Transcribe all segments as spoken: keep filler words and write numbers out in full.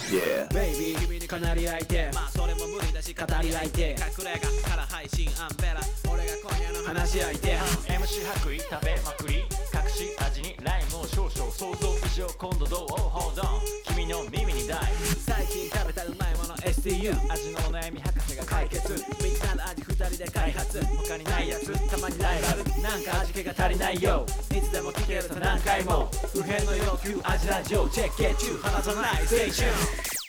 Yeah Baby 君にかなり相手まあそれも無理だし語り相手隠れ家から配信アンベラ俺が今夜の話し相手エムシー 白衣食べまくり隠し味にライムを少々想像以上今度どう Hold on 君の耳にダイブ最近食べたうまいもの エスティーユー味のお悩み博士が解決みんなの味二人で開発他にないやつたまにライバルなんか味気が足りないよいつでも聞けると何回も不変の要求味ラジオチェックゲッチュー離さないステーション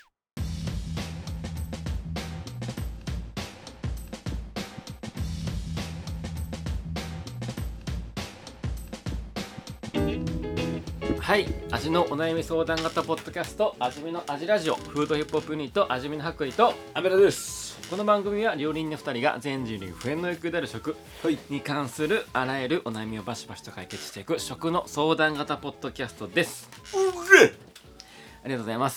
はい、味のお悩み相談型ポッドキャスト味見の味ラジオフードヒップホップユニット味見の白衣とアメラです。 この番組は料理人のふたりが全人類不変の欲求である食に関するあらゆるお悩みをバシバシと解決していく食の相談型ポッドキャストです。 うれありがとうございます。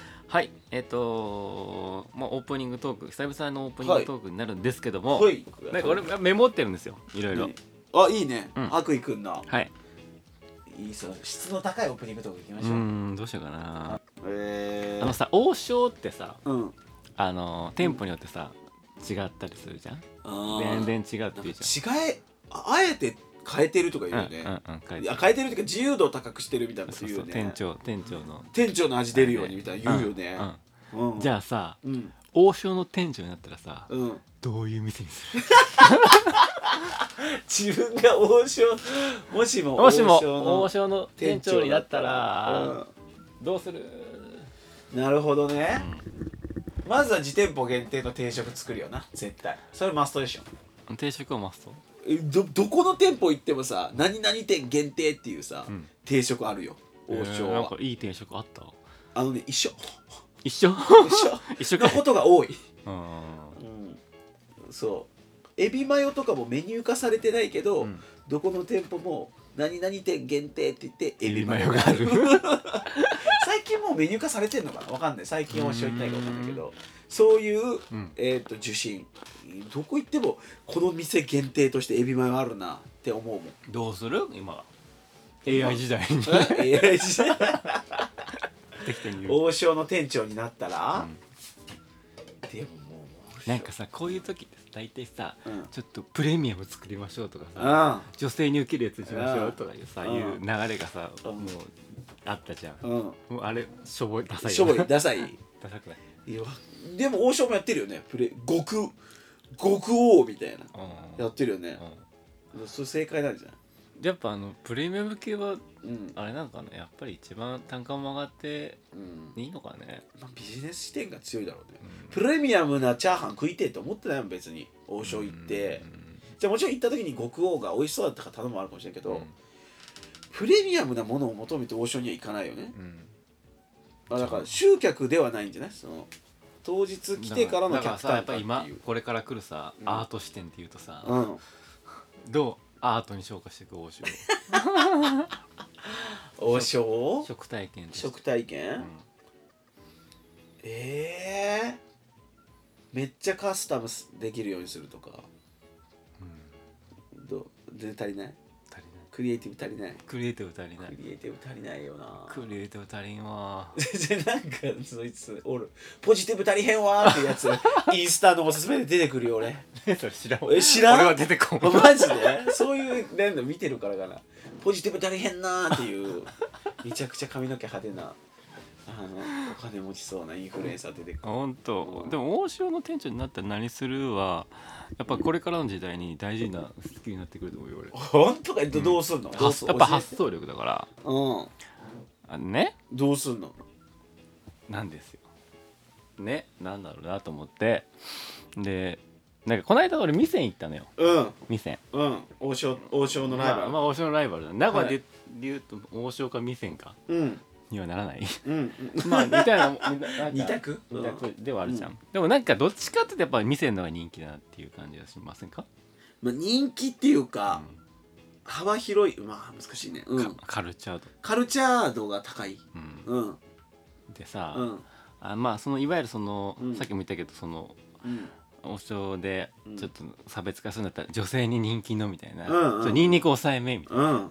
はい、えっ、ー、とー、まあオープニングトーク久々のオープニングトークになるんですけども、 はい、 なんか俺メモってるんですよ、いろいろ。 あ、いいね。 うん、 白衣くんな。 はい。 いいそう、質の高いオープニングトークいきましょう。 うーん、どうしようかな。 えー、 あのさ、王将ってさ、 うん、 あの店舗によってさ違ったりするじゃん。全然違うっていうじゃん。違え、あえて変えてるとか言うよね。 うんうんうん、変えてる。 いや変えてるっていうか自由度を高くしてるみたいなこと言うよね。 そうそう、店長店長の店長の味出るようにみたいな言うよね。 うんうんうん、 じゃあさ、 うん、 王将の店長になったらさ、 うん、 どういう店にする？ 自分が王将もしももしも王将の店長になったら、うん、どうする？ なるほどね、うん、まずは自店舗限定の定食作るよな、絶対。それマストでしょ。 定食はマスト？ え ど, どこの店舗行ってもさ、何々店限定っていうさ、うん、定食あるよ、王将は。えー、 なんかいい定食あった？ あのね、一緒一緒一緒のことが多い。 うん、うん、 そうエビマヨとかもメニュー化されてないけど、うん、どこの店舗も何々店限定って言ってエビマヨがある。最近もうメニュー化されてんのかな、わかんない。最近王将行ってないかわかんないけど、そういう、うん、えー、と受信どこ行ってもこの店限定としてエビマヨあるなって思うもん。 どうする今 エーアイ 時代にエーアイ 時代王将の店長になったら、うん、でももうなんかさ、こういう時って大体さ、うん、ちょっとプレミアム作りましょうとかさ、 うん、 女性に受けるやつにしましょうとかいうさ、うん、いう流れがさ、うん、もうあったじゃん、うん、もうあれしょぼいダサいよね。 しょぼいダサいダサくない？ いやでも王将もやってるよね、プレ極極王みたいな、うん、やってるよね、うん、それ正解なんじゃん。 やっぱあのプレミアム系は、うん、あれなんかね、やっぱり一番単価も上がっていいのかね、 うん、まあ、ビジネス視点が強いだろうね、うん、プレミアムなチャーハン食いてえと思ってないもん別に。王将行って、うん、じゃあもちろん行った時に極王が美味しそうだったから頼むもあるかもしれないけど、うん、プレミアムなものを求めて王将には行かないよね、うん、あだから集客ではないんじゃない、その当日来てからの客単価っていう。だからさ、やっぱり今これから来るさ、うん、アート視点っていうとさ、 うん、 どうアートに昇華していく王将王将食体験食体験、うん、えー、めっちゃカスタムできるようにするとか、うん、どう全然足りない？ 足りない。 クリエイティブ足りない。 クリエイティブ足りない。 クリエイティブ足りないよな。 クリエイティブ足りんわ。 なんかそいつおるポジティブ足りへんわーっていうやつインスタのおすすめで出てくるよ俺。 それ知らん。 え知らん。 俺は出てこん。 マジでそういうなんだ見てるからかな。ポジティブ足りへんなーっていうめちゃくちゃ髪の毛派手なあのお金持ちそうなインフルエンサー出てくる。 本当。でも王将の店長になったら何するはやっぱこれからの時代に大事なスキルになってくると思うよ俺。 本当か。どうすんの？ うん、やっぱ発想力だから。 うん。 あね。 どうすんの？ なんですよ。ね、なんだろうなと思ってで。なんかこの間俺店行ったのよ。 うん。 店。 うん。王将王将のライバル。 まあ、まあ、王将のライバルだ。名古屋で言うと王将か店か。 うん。 にはならない。 うん。 まあ似たような二択？ 二択ではあるじゃん。うん、でもなんかどっちかっていうとやっぱ店の方が人気だなっていう感じはしませんか？ まあ人気っていうか、うん、幅広い、まあ難しいね。うん。 カルチャー度。 カルチャー度が高い。うん。うん、 でさ、 うん、 あまあそのいわゆるその、うん、さっきも言ったけどその。 うん、 王将でちょっと差別化するんだったら女性に人気のみたいな、 うんうん、 ニンニク抑えめみたいな、 うん、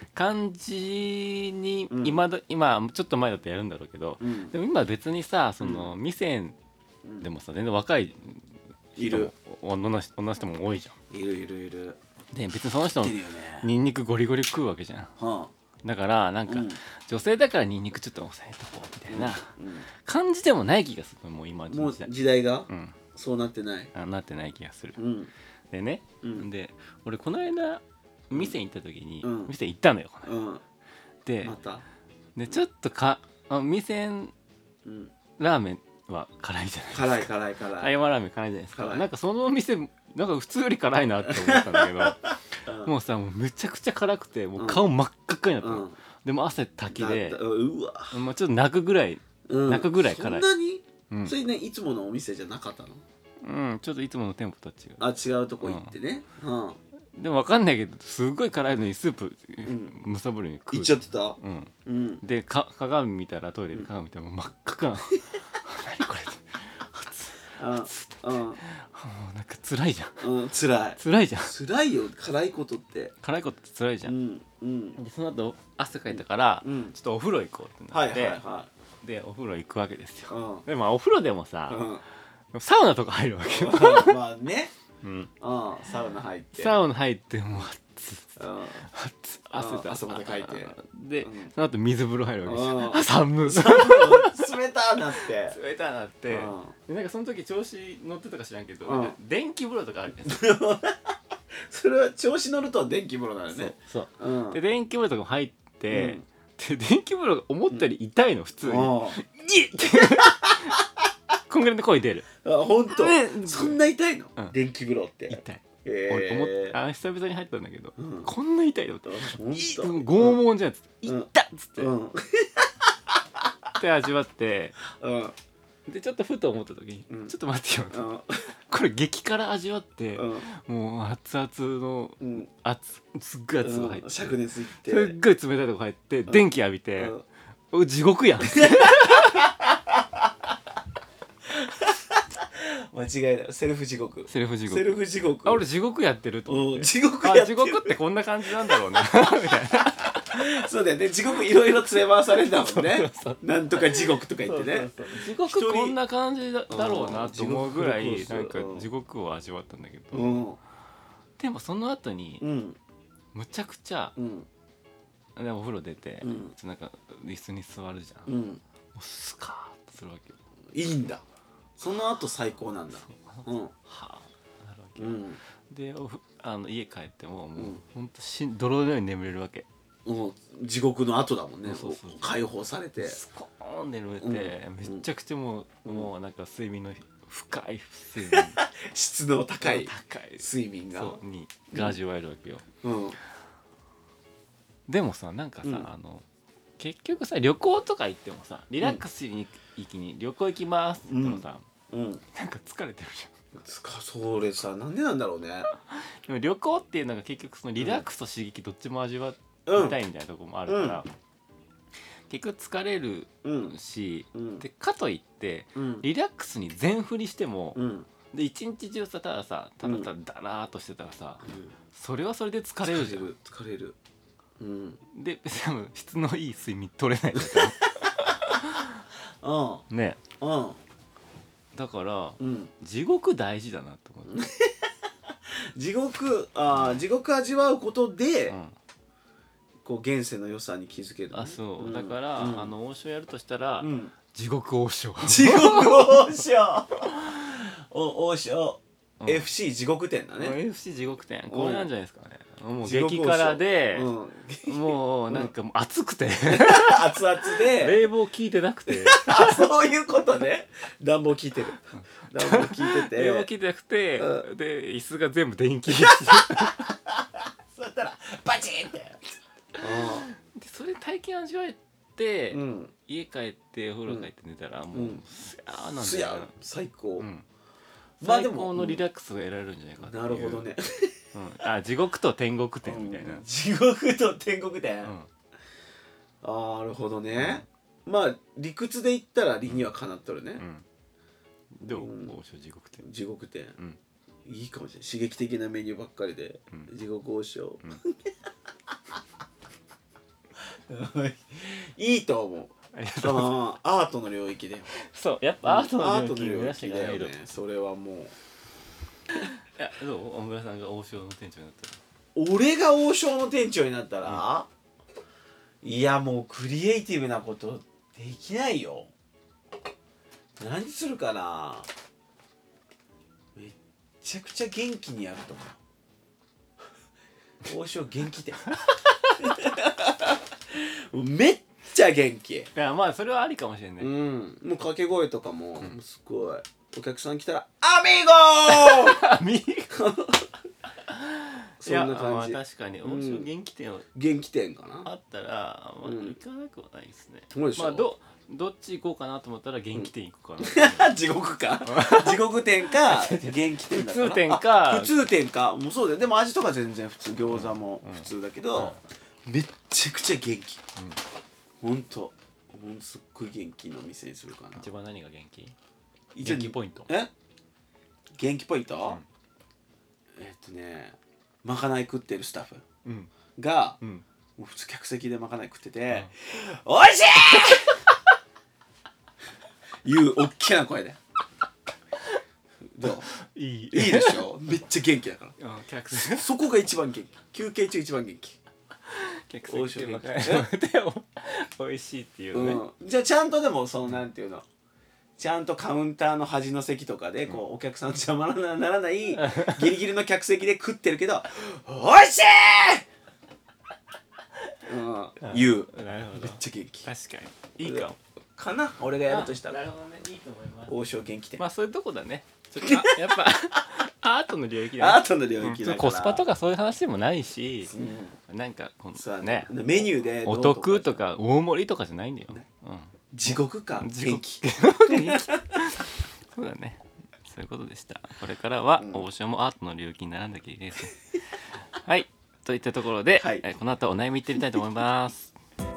感じにうん今だ、今ちょっと前だとやるんだろうけど、 うんでも今別にさその店でもさ全然若い人もいる女の人女の人も多いじゃん。 いるいるいるで別にその人もいるよねニンニクゴリゴリ食うわけじゃん。 はだからなんか、 うん女性だからニンニクちょっと抑えとこうみたいなあ、 感じでもない気がする。もう今うん、もう時代時代がうんそうなってないあなってない気がする。 うんでね、 うんで俺この間店に行った時に、 うん店行ったのよこの間うんでまたでちょっとかあ店うんラーメンは辛いじゃないですか。 辛い辛い辛い葉山ラーメン辛いじゃないですか。 辛いなんかその店なんか普通より辛いなって思ったんだけどうんもうさもうめちゃくちゃ辛くてもう顔真っ赤っかになったの、 うんでも汗滝でだだうわまあちょっと泣くぐらい、 うん泣くぐらい辛いそんなにうんそれねいつものお店じゃなかったのうん、ちょっといつもの店舗とは違う。 あ違うとこ行ってねうんでも分かんないけどすっごい辛いのにスープんむさぼるに食う行っちゃってたうんうんでか鏡見たらトイレで鏡見たらもう真っ赤かな何これあうんもうなんか辛いじゃんうん辛い辛いじゃん辛いよ辛いことって辛いことって辛いじゃ、 うんんうんでその後汗かいたから、 うんちょっとお風呂行こうってはないって、 はいはでお風呂行くわけですよ、 いうんでまあお風呂でもさ、 うんサウナとか入るわけよ、 まあねうん、 うんサウナ入ってサウナ入ってもう熱っうん熱っ汗だあ汗までかいてで、 うんその後水風呂入るわけですよ、 うんあ寒い冷たなって冷たなって、 うんでなんかその時調子乗ってたか知らんけど、 うんなんか電気風呂とかあるじゃんそれは調子乗ると電気風呂なのねそううんで電気風呂とかも入って、 うんで電気風呂が思ったより痛いの普通に、 うんイエッってこんぐらいの声出るあ本当ねそんな痛いのうん電気風呂って痛い、 え俺思っえあ久々に入ったんだけど、 うんこんな痛いのってほんとい拷問じゃんっつって「 うん痛っ!」っつって、 うんって味わってうんでちょっとふと思った時に、 うんちょっと待ってよ、 うんこれ激辛味わって、 うんもう熱々のうん熱すっごい熱が入って、 うん灼熱いってすっごい冷たいとこ入って、電気浴びて、 うんお地獄やん間違いないセルフ地獄セルフ地獄セルフ地獄あ俺地獄やってると思ってうん地獄やってるあ地獄ってこんな感じなんだろうなみたいなそうだよね地獄いろいろ連れ回されるんだもんねそうそうなんとか地獄とか言ってね地獄こんな感じだだろうなと思うぐらうんいなんかうん地獄を味わったんだけど、 うんでもその後にうんむちゃくちゃうんでお風呂出て、 うんなんか椅子に座るじゃん、もうんうスカーッとするわけよいいんだその後最高なんだうんはあなるわけよ、 うんでおふあの家帰ってももう、 うんほんとしん泥のように眠れるわけもう地獄の後だもんねそうそうそう解放されてスコーン眠れて、 うんめっちゃくちゃもう、 うんもうなんか睡眠の深い睡眠質の高い高い睡眠がそうにが味わえるわけよ、 うんでもさなんかさ、 うんあの結局さ旅行とか行ってもさリラックスしに行きに旅行行きますって言ってもさ、 うんなんか疲れてるじつかそれさなんでなんだろうねゃんでも旅行っていうのが結局そのリラックスと刺激どっちも味わいうんたいみたいなところもあるから、結局疲れるうんし、 うんでかといってうんリラックスに全振りしても、 うんで一日中さたださただただだらーっとしてたらさ、それはそれで疲れるじゃん。 疲れるうんで多分質のいい睡眠取れないじうんゃんねうんだからうん地獄大事だなと思って、 地獄あー地獄味わうことで、 うん、 こう現世の良さに気づける、ね、 あそう、 んだから、 うんあの王将やるとしたら、 うん地獄王将地獄王将お王将、 うんエフシー 地獄店だね、 エフシー 地獄店これなんじゃないですかね、もう地獄王将激辛で、 うん、 もうなんかもう暑くて熱々で冷房効いてなくてあそういうことね暖房効いてる暖房効いてて冷房効いてなくて、 うで椅子が全部電気でそうやったらバチンってでそれ体験味わえて、 うん家帰ってお風呂帰って寝たらもう、 うんすやーなんだよすや最高、 うん、 まあでも最高のリラックスが得られるんじゃないかっていうなるほどね、 うん、あ地獄と天国店みたいな、 うん地獄と天国店、 うんあーなるほどね、まあ理屈で言ったら理にはかなっとるね、 うん、でもうん王将地獄店、 地獄店、 うんいいかもしれない刺激的なメニューばっかりで、 うん地獄王将、 うんいいと思う。 ありがとうございまあーアートの領域で。 す。そうやっぱアートのアートの領域を目指領域だよしていかないと。 ね。それはもう。 いやどう小村さんが王将の店長になったら。 俺が王将の店長になったら、うん、いやもうクリエイティブなことできないよ。何するかな。めっちゃくちゃ元気にやると思う。王将元気店。めっちゃ元気。 いやまあそれはありかもしれない、 うん、もう掛け声とかも、うん、すごいお客さん来たら「アミーゴー!」 アミーゴそんな感じ。 いやまあ確かに王将元気店を元気店かなあったら、まあ、行かなくはないですね、 うん、 まあどどっち行こうかなと思ったら元気店行くかな、うん、地獄か地獄店か元気店だから普通店か普通店かもうそうだよ。でも味とか全然普通、餃子も普通だけど、うんうん、めっちゃくちゃ元気、うん、ほんとほんとすっごい元気の店にするかな。 一番何が元気？ 元気ポイント。 え元気ポイント、 うん、 えっとねまかない食ってるスタッフが、 うん、 もう普通客席でまかない食ってて「 うん、 おいしい!」いう大きな声でどういいいいでしょ。めっちゃ元気だから、 うん、客席そこが一番元気。休憩中一番元気。 客席でまかない食べておいしいっていうね、 うん、じゃあちゃんとでもそのなんていうのちゃんとカウンターの端の席とかでこう、うん、お客さんの邪魔にならないギリギリの客席で食ってるけどおいしい、うん、言う。 なるほど。 めっちゃ元気。 確かにいいかもかな俺がやるとしたら。 なるほどね、いいと思います。 王将元気店。 まあそういうとこだね。ちょっとやっぱアートの領域だ、ね、 アートの領域だから、 うん、コスパとかそういう話でもないし、うん、なんかこのねメニューでお得とか大盛りとかじゃないんだよ、ね、うん、 地獄感元気そうだね、そういうことでした。これからは王将もアートの領域に並んだきりです、うん、はいといったところで、はい、この後お悩みいってみたいと思います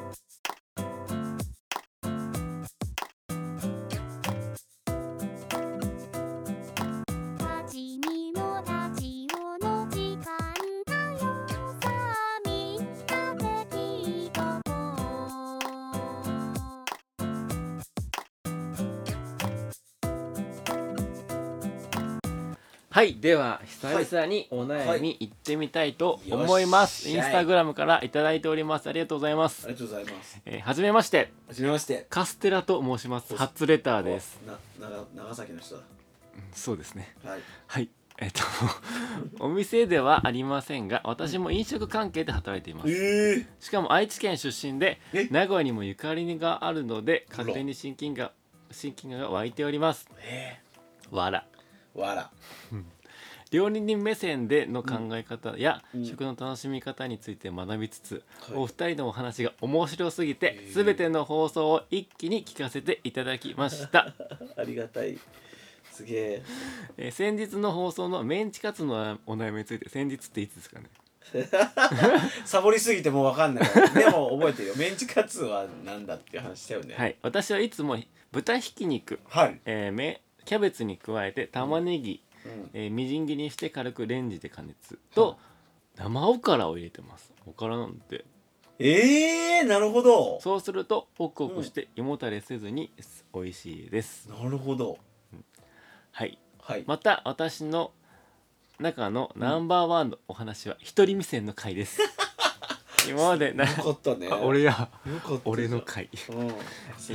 はい、では久々にお悩み行ってみたいと思います、はいはい、インスタグラムからいただいております。ありがとうございます。 ありがとうございます。 えー、はじめましてはじめましてカステラと申します。初レターです。 な長長崎の人だ。 そうですね。 はい、 はい、えっとお店ではありませんが私も飲食関係で働いています、えー、しかも愛知県出身で名古屋にもゆかりがあるので勝手に親近感親近感が湧いております。 えー、わらわら料理人目線での考え方や、うん、食の楽しみ方について学びつつ、うん、お二人のお話が面白すぎて全ての放送を一気に聞かせていただきましたありがたい。すげえ。 えー、先日の放送のメンチカツのお悩みについて、先日っていつですかねサボりすぎてもう分かんないでも覚えてるよ。メンチカツはなんだっていう話したよね。 はい、私はいつも豚ひき肉、 はい、 えー、キャベツに加えて玉ねぎ、うんえー、みじん切りにして軽くレンジで加熱と、うん、生おからを入れてます。おからなんてえー、なるほど。 そうするとホクホクして胃もたれせずに美味しいです、 うん、なるほど、 うん、はい、はい、また私の中のナンバーワンのお話は一人目線の回です今までなよかったね。 俺やよかった俺の回、うん、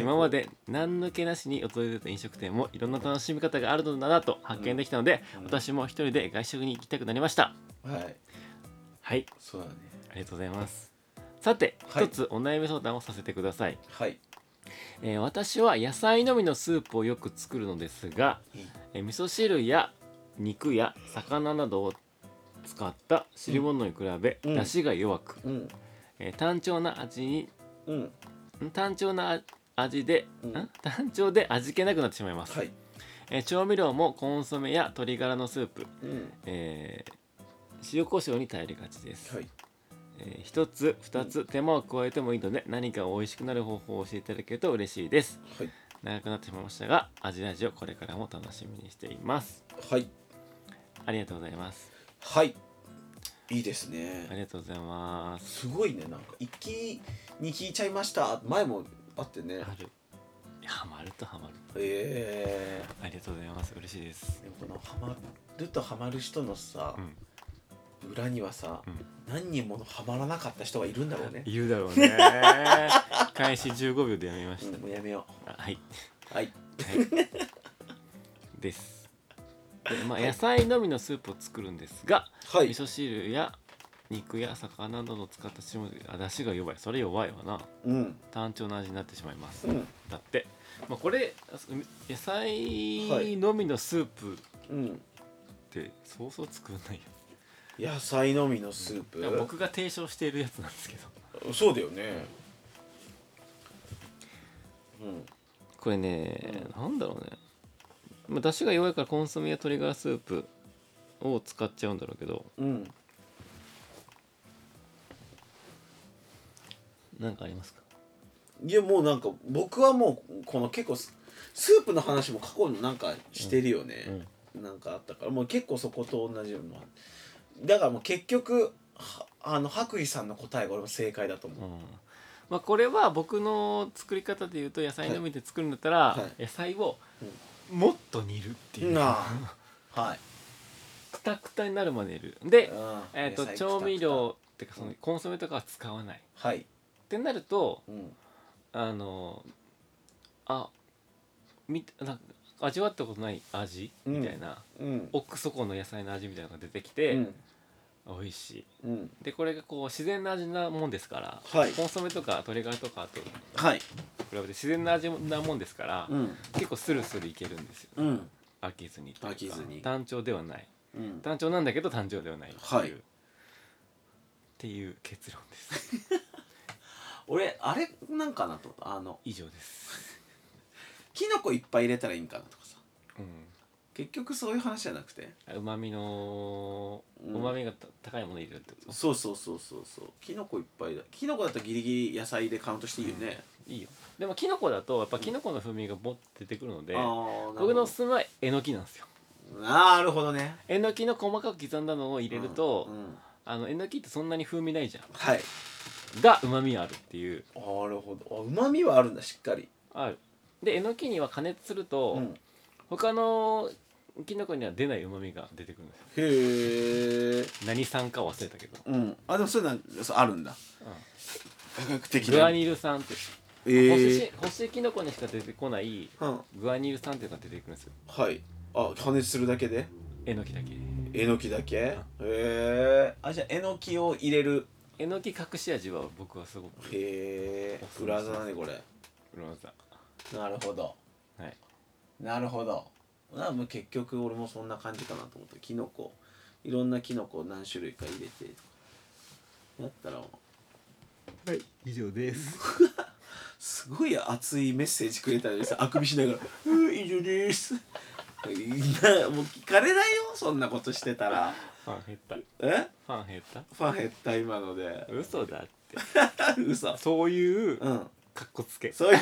今まで何抜けなしに訪れた飲食店もいろんな楽しみ方があるのだなと発見できたので、うんうん、私も一人で外食に行きたくなりました。 はいはい、 そうだね、 ありがとうございます。さて、はい、一つお悩み相談をさせてください。 はい、 えー、私は野菜のみのスープをよく作るのですが、うんえー、味噌汁や肉や魚などを使った汁物に比べ、うん、出汁が弱く、うんえー、単調な味に、うん、単調な味で、うん、単調で味気なくなってしまいます、はいえー、調味料もコンソメや鶏ガラのスープ、うんえー、塩コショウに頼りがちです、はいえー、一つ二つ手間を加えてもいいので、うん、何か美味しくなる方法を教えていただけると嬉しいです、はい、長くなってしまいましたが味ラジオこれからも楽しみにしています。 はい、 ありがとうございます。 はい、 いいですね。 ありがとうございます。 すごいね、なんか一気に聞いちゃいました前もあってね。 ある。ハマるとハマる。 ええー、ありがとうございます。嬉しいです。 でもこのハマるとハマる人のさ、うん、裏にはさ、うん、何人ものハマらなかった人がいるんだろうね。 いるだろうね。開始じゅうごびょうでやめました。 うん、もうやめよう。はいはい、 はい、ですで、まあ、野菜のみのスープを作るんですが、はい、味噌汁や肉や魚などの使った汁物あ出汁が弱い。それ弱いわな、うん、単調な味になってしまいます、うん、だって、まあ、これ野菜のみのスープってそうそう作らないよ。野菜のみのスープ、 うん、僕が提唱しているやつなんですけど。 そうだよね、 うん、これね、うん、なんだろうね、まあ、出汁が弱いからコンソメや鶏ガラスープを使っちゃうんだろうけど、うん、なんかありますか？ いやもうなんか僕はもうこの結構スープの話も過去になんかしてるよね、うんうん、なんかあったからもう結構そこと同じようなだからもう結局あの白衣さんの答えが俺も正解だと思う、うん、 まあ、これは僕の作り方でいうと野菜のみで作るんだったら、はい、野菜をもっと煮るっていう、うん、はいくたくたになるまで煮るで、えー、と調味料ってかそのコンソメとかは使わない、はい、ってなると、うん、あのあみなんか味わったことない味、うん、みたいな、うん、奥底の野菜の味みたいなのが出てきて、うん、美味しい、うん、でこれがこう自然な味なもんですから、はい、コンソメとか鶏ガラとかあと、はい、比べて自然な味なもんですから、うん、結構スルスルいけるんですよ、うん、飽きずにというか飽きずに単調ではない、うん、単調なんだけど単調ではないっていう、はい、っていう結論です俺あれなんかなとあの以上ですキノコいっぱい入れたらいいんかなとかさ、うん、結局そういう話じゃなくてうまみのうまみが高いもの入れるってこと、 そうそうそうそうそうキノコいっぱいだキノコだとギリギリ野菜でカウントしていいよね、 うん、いいよ。でもキノコだとやっぱキノコの風味がボッて出てくるので、うん、僕のおすすめはえのきなんですよ。 なるほどね。 えのきの細かく刻んだのを入れると、うんうん、あのえのきってそんなに風味ないじゃん、 はいがうまみあるっていう。 なるほど。うまみはあるんだしっかりある。でえのきには加熱すると、うん、他のキノコには出ないうまみが出てくるんですよ。へえ。何酸か忘れたけど、 うん、あでもそういうのあるんだ、うん、科学的なグアニル酸って、えー、干しキノコにしか出てこない、うん、グアニル酸っていうのが出てくるんですよ。 はい。あ加熱するだけでえのきだけえのきだけ、うん、へえ。あじゃあえのきを入れるえのき隠し味は僕はすごくへえ裏技だねこれ。 裏技。 なるほど、はい、なるほど。なもう結局俺もそんな感じかなと思ってキノコいろんなキノコ何種類か入れてやったらはい以上ですすごい熱いメッセージくれたのにさあくびしながら「うん以上です」もう聞かれないよそんなことしてたら。 ファン減った。 えファン減った。 ファン減った今ので。 嘘だって嘘。 そういう、うん、かっこつけそういう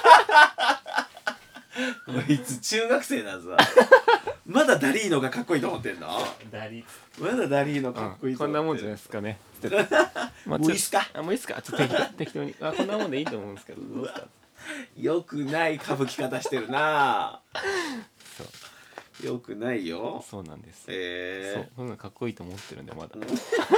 こいつ中学生だぞまだダリーノがかっこいいと思ってんのダリまだダリーノかっこいいと思って、うん、 こんなもんじゃないですかねまあ、もういいっすかあもういいっすかちょっと適当適当にあこんなもんでいいと思うんですけどどうですかよくない歌舞伎方してるなそうよくないよ。 そうなんです。 えー、 そうこんなかっこいいと思ってるんでまだ適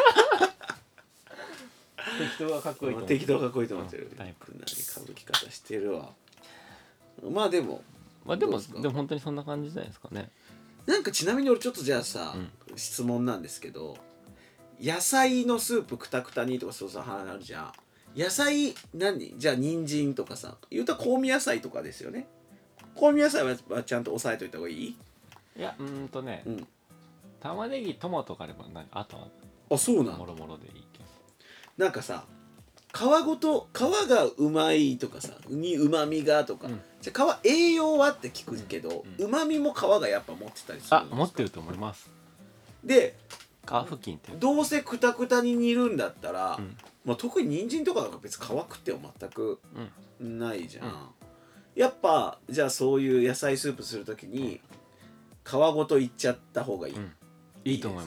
当がかっこいいと思ってる。 適当がかっこいいと思ってる、うん、タイプ何歌舞伎方してるわ。まあでもまあでもでも本当にそんな感じじゃないですかね。 なんかちなみに俺ちょっとじゃあさ、うん、質問なんですけど野菜のスープくたくたにとかそうそう話あるじゃん。野菜何じゃあ人参とかさ言うたら香味野菜とかですよね。香味野菜はちゃんと押さえといた方がいい？ いやうーんとね、うん、玉ねぎトマトがあればなあとはあそうなんもろもろでいいけどなんかさ皮ごと皮がうまいとかさにうまみがとか、うん、じゃあ皮栄養はって聞くけどうま、ん、みも皮がやっぱ持ってたりするんですか？ あ持ってると思います。で皮付近ってどうせクタクタに煮るんだったら、うんまあ、特に人参とかなんか別に皮食っても全くないじゃん、うん、やっぱじゃあそういう野菜スープするときに皮ごといっちゃった方がいい、うん、 いいと思います。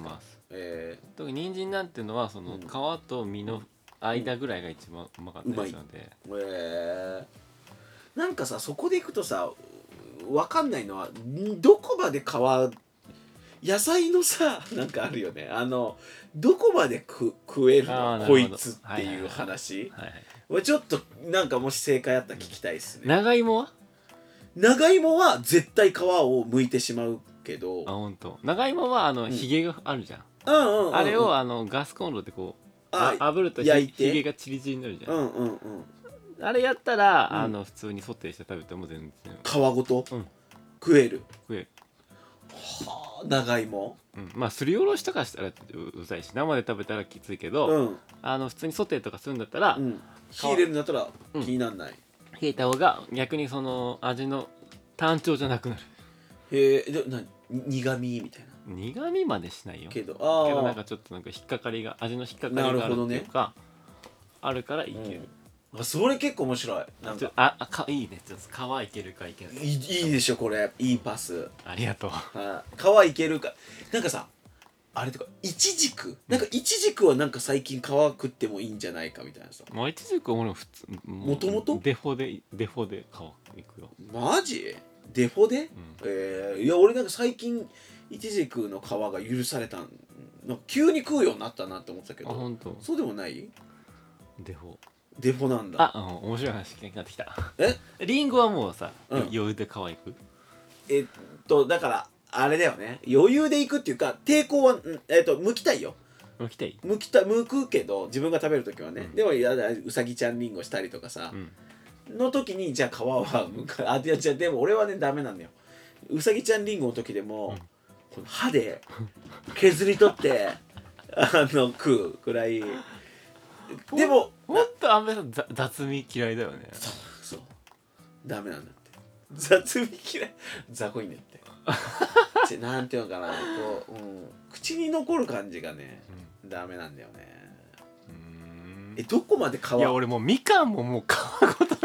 え特に人参なんていうのはそのうん皮と実の間ぐらいが一番うまかったりするので、 ー、えー、なんかさそこでいくとさ分かんないのはどこまで皮野菜のさなんかあるよねあのどこまで食食えるのこいつっていう話、 はいはい、 俺ちょっとなんかもし正解あったら聞きたいっすね。 長芋は長芋は絶対皮を剥いてしまうけど、 あほんと長芋はあの、 うんひげがあるじゃん、 うんうんうんうん、 あれをあのガスコンロでこうああ炙るとひ焼いてひげがチリチリになるじゃん、 うんうんうん、 あれやったら、 うんあの普通にソテーして食べても全然皮ごと、 うん食える。 食える、 はあ長芋、 うん、まあすりおろしとかしたらううざいし生で食べたらきついけど、 うんあの普通にソテーとかするんだったら、 うん、火入れるんだったらうん気になんない、 冷えた方が逆にその味の単調じゃなくなる。 へえでな苦味みたいな苦味までしないよけけどどなんあかちょっとなんか引っかかりが味の引っかかりがあるっていうか、あるからいける、 あ、それ結構面白いなんちょかああかいいねちょっと皮いけるかいけないいいいいでしょこれいいパス、 ありがとう。 はい皮いけるかなんかさあれとかいちじくなんかいちじくはなんか最近皮食ってもいいんじゃないかみたいなさもう一軸俺も普通もともとデフォでデフォで皮いくよ、 マジデフォで、 うん、 えー、いや俺なんか最近イチジクの皮が許されたんなんか急に食うようになったなって思ってたけどあ本当そうでもないデフォデフォなんだあ、うん、面白い話になってきたえリンゴはもうさ、 うん余裕で皮いくえっとだからあれだよね余裕でいくっていうか抵抗はんえっと剥きたいよむきたい、 剥きた剥くけど自分が食べるときはね、 うんでもいやだうさぎちゃんリンゴしたりとかさう、ん、 の時にじゃあ皮は剥かあいやじゃあでも俺はねダメなんだようさぎちゃんリンゴの時でも、 うんこの歯で削り取ってあの食うくらいでももっとあんまり雑雑味嫌いだよね。 そうダメなんだって雑味嫌い雑魚いねってちなんていうのかなこう、うん、口に残る感じがね、うん、ダメなんだよね。 うーんえどこまで皮いや俺もうみかんももう皮ごと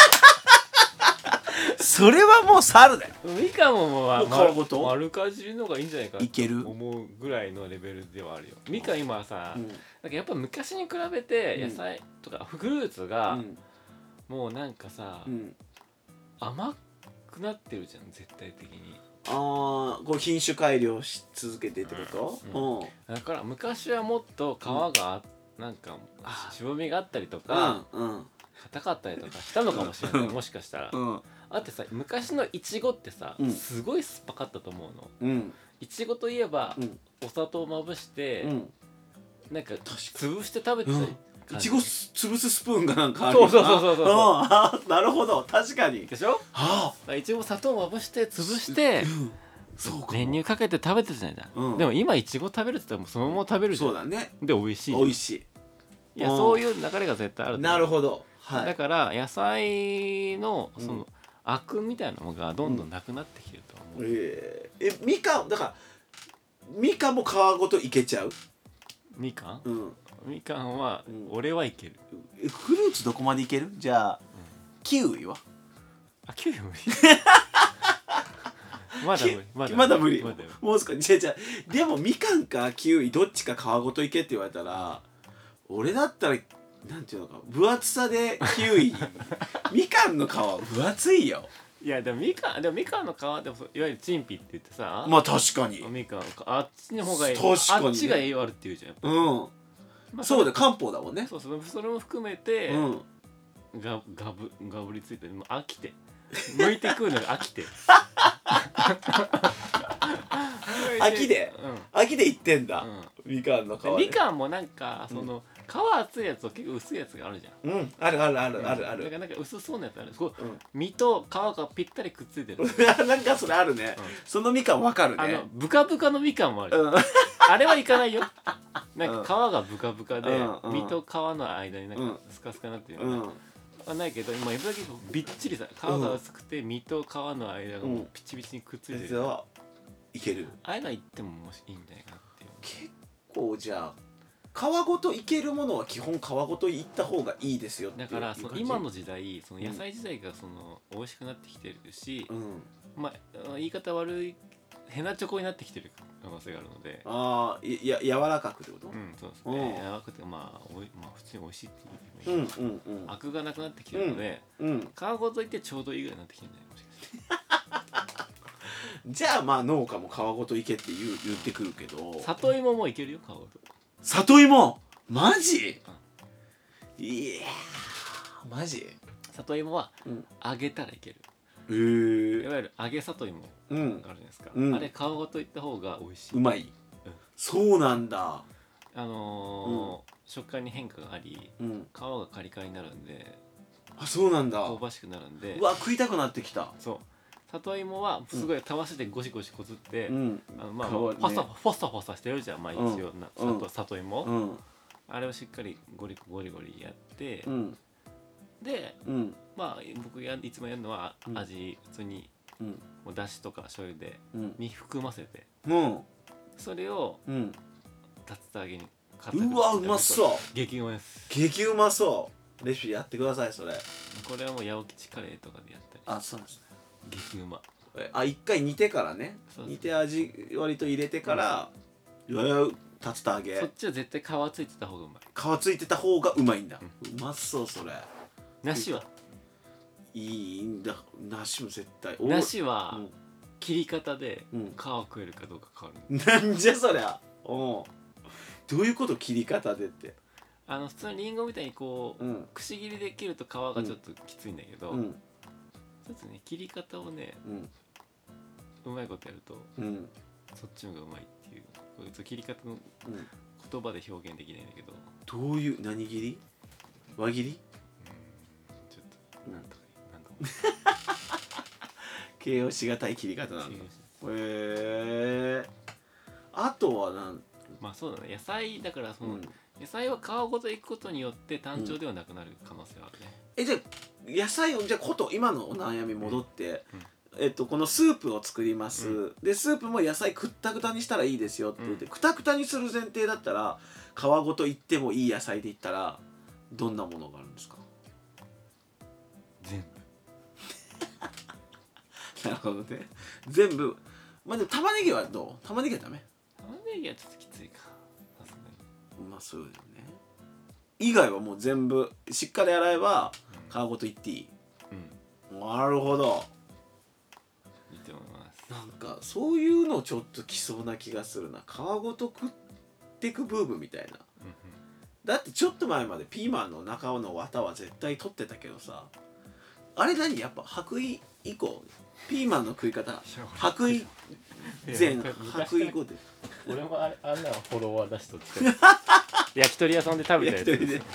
それはもう猿だよみかんももうもう皮ごと丸かじりの方がいいんじゃないかいける思うぐらいのレベルではあるよ。みかん今はさ、 うんなんかやっぱ昔に比べて野菜とかフルーツがうんもうなんかさ、 うん甘くなってるじゃん絶対的に。 ああこう品種改良し続けてってこと、 うんうんだから昔はもっと皮がなんかしぼみがあったりとかうんうん硬かったりとかしたのかもしれないもしかしたら。 うんあってさ昔のいちごってさ、 うんすごい酸っぱかったと思うの。 うんいちごといえば、 うんお砂糖をまぶして、 うんなんかか潰して食べてたうん感じいちご潰すスプーンがなんかあるそうそうそうそうそううんあなるほど確かにでしょ。 あいちご砂糖をまぶして潰してうんそうか練乳かけて食べてたじゃない、 うんでも今いちご食べるって言ったらもうそのまま食べるじゃん。 そうだねで美味しい美味しいやうんそういう流れが絶対あると思う。 いなるほどはいだから野菜のうんその、アクみたいなのがどんどんなくなってきてると思う、 えーえみかんだからみかんも皮ごといけちゃうみかんうんみかんは、 うん俺はいける。 えフルーツどこまでいけるじゃあキウイはあキウイ無理まだ無理まだまだ無理まだ無理もう少しじゃじゃでもみかんかキウイどっちか皮ごといけって言われたら俺だったらなんていうのか分厚さでキウイみかんの皮分厚いよ。 いやでもみかんでもみかんの皮でもいわゆるチンピって言ってさ、 まあ確かにみかんあっちの方がいい、 確かにねあっちが栄養あるって言うじゃん、 うん、 まあ、 そうだよ漢方だもんね。 そうそうそれも含めて、 うんがガブガブりついてもう飽きて剥いて食うのが飽きて飽きで秋で言ってんだ、 うんみかんの皮、ね、 うん、みかんもなんかその、皮厚いやつと結構薄いやつがあるじゃん。 うんあるあるあるあるある、 なんかなんか薄そうなやつある。こううん身と皮がぴったりくっついてる。 なんかそれあるね、 うんそのみかんわかるね。 あのブカブカのみかんもあるじゃん。 うんあれはいかないよ。なんか皮がブカブカで、 うんうん身と皮の間になんかスカスカになってるような、 うんはないけど今江戸だけびっちりさ皮が薄くて身と皮の間がもうピチピチにくっついてる、 実はいける。 ああいうの言ってももしいいんじゃないかなっていう。 結構じゃあ皮ごといけるものは基本皮ごといった方がいいですよっていうだからその感じ今の時代その野菜自体がその美味しくなってきてるし、 うんまあ言い方悪いヘナチョコになってきてる可能性があるので、 ああ、いや柔らかくってこと？ うんそうですうんね。柔らかくてまあおいまあ普通に美味しいって言ってもいい。 うんうんうんアクがなくなってきてるので、 うん。 皮ごといってちょうどいいぐらいになってきてるんじゃないもしかして。 じゃあまあ農家も皮ごといけって言う言ってくるけど、 里芋もいけるよ皮ごと。 里芋マジ？いやーマジ？ 里芋はうん揚げたらいける。 へいえ。 わゆる揚げ里芋うんあるじゃないですか。 うんあれ皮ごといった方が美味しい。 うまい。そうなんだ。 あのー食感に変化があり、 うん。 皮がカリカリになるんであ、そうなんだ。 香ばしくなるんで。 うわ食いたくなってきた。 そう里芋はすごいたわしでゴシゴシこすって、 うんあのまあ皮ねパサパサパサしてるじゃん、まあ一応な、 うん里里芋、 うんあれをしっかりゴリゴリゴリやって、 うんでうんまあ僕やいつもやるのはうん味普通にうんもうだしとか醤油でうん身含ませて、 うんそれをうん。 竜田揚げにうわうまそう。 激うまです。 激うまそう。レシピやってくださいそれ。 これはもう八百吉カレーとかでやったりあ、そうなんですね。 激うま。 えあ、一回煮てからね。 そうそう煮て味割と入れてから、いやいや竜田揚げ。 そっちは絶対皮ついてた方がうまい。 皮ついてた方がうまいんだ。うまそうそれ。 梨はいいんだ。梨も絶対。お梨はうん切り方でうん皮を食えるかどうか変わる。 なんじゃそりゃ。おうどういうこと切り方でって。 あの普通のリンゴみたいにこう、 うんくし切りで切ると皮がちょっときついんだけど、 うんちょっとね切り方をねうんうまいことやるとうんそっちの方がうまいっていう、こいつ切り方のうん。 言葉で表現できないんだけど、 どういう何切り？輪切り？ ちょっとなんとかなんとか形容しがたい切り方なんだ。 違うしへえ。あとはなん。 まあそうだね、野菜だからその、 うん野菜は皮ごといくことによって単調ではなくなる可能性はあるね。 えじゃあ野菜をじゃあこと今のお悩み戻って、えっとこのスープを作ります、 うでスープも野菜くったくたにしたらいいですよって言って、くたくたにする前提だったら皮ごといってもいい野菜で言ったらどんなものがあるんですか？ 全部なるほどね。全部。まあでも玉ねぎはどう？玉ねぎはダメ？ 玉ねぎはちょっときついかさすがに。 まあそうだよね。以外はもう全部しっかり洗えば皮ごといっていい。 うんなるほど。 いいと思います。 なんかそういうのちょっと来そうな気がするな。皮ごと食ってくブームみたいな。 うんうんだってちょっと前までピーマンの中の綿は絶対取ってたけどさ、あれ何やっぱ白衣以降ピーマンの食い方白衣前白衣後で俺もあれあんなのフォロワー出しとって焼き鳥屋さんで食べたやつ焼き鳥で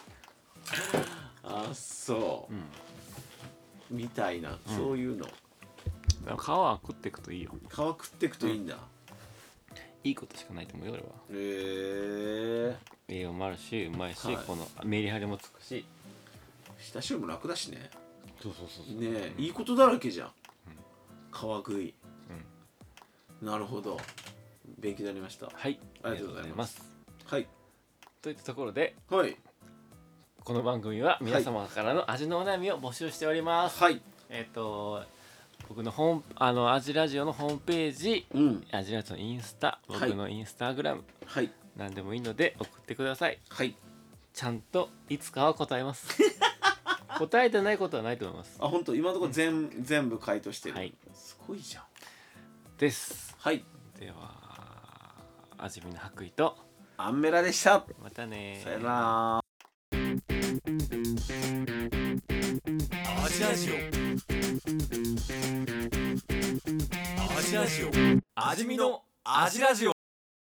あそう、 うん、 みたいな、 うんそういうのだから皮は食っていくといいよ。 皮食ってくといいんだ、 いいことしかないと思うよ俺は。 へえ栄養もあるしうまいし、 はいこのメリハリもつくし。 下処理も楽だしね。 そうそうそうそう。 ねえ、いいことだらけじゃん、 うん皮食い、なるほど、勉強になりました。 はい、 ありがとうございますはいといったところではいこの番組は皆様からの味のお悩みを募集しております。 はいえっ、と僕のホームあの味ラジオのホームページ、 うん味ラジオのインスタ、 はい僕のインスタグラム、 はい何でもいいので送ってください。 はいちゃんといつかは答えます。答えてないことはないと思います。 あ本当今のところ全,、うん、全部回答してる、 はい、 すごいじゃん。 です。 はいでは味見の白衣とアンメラでした。 またね。 さよなら。 味ラジオ味ラジオ味見の味ラジオ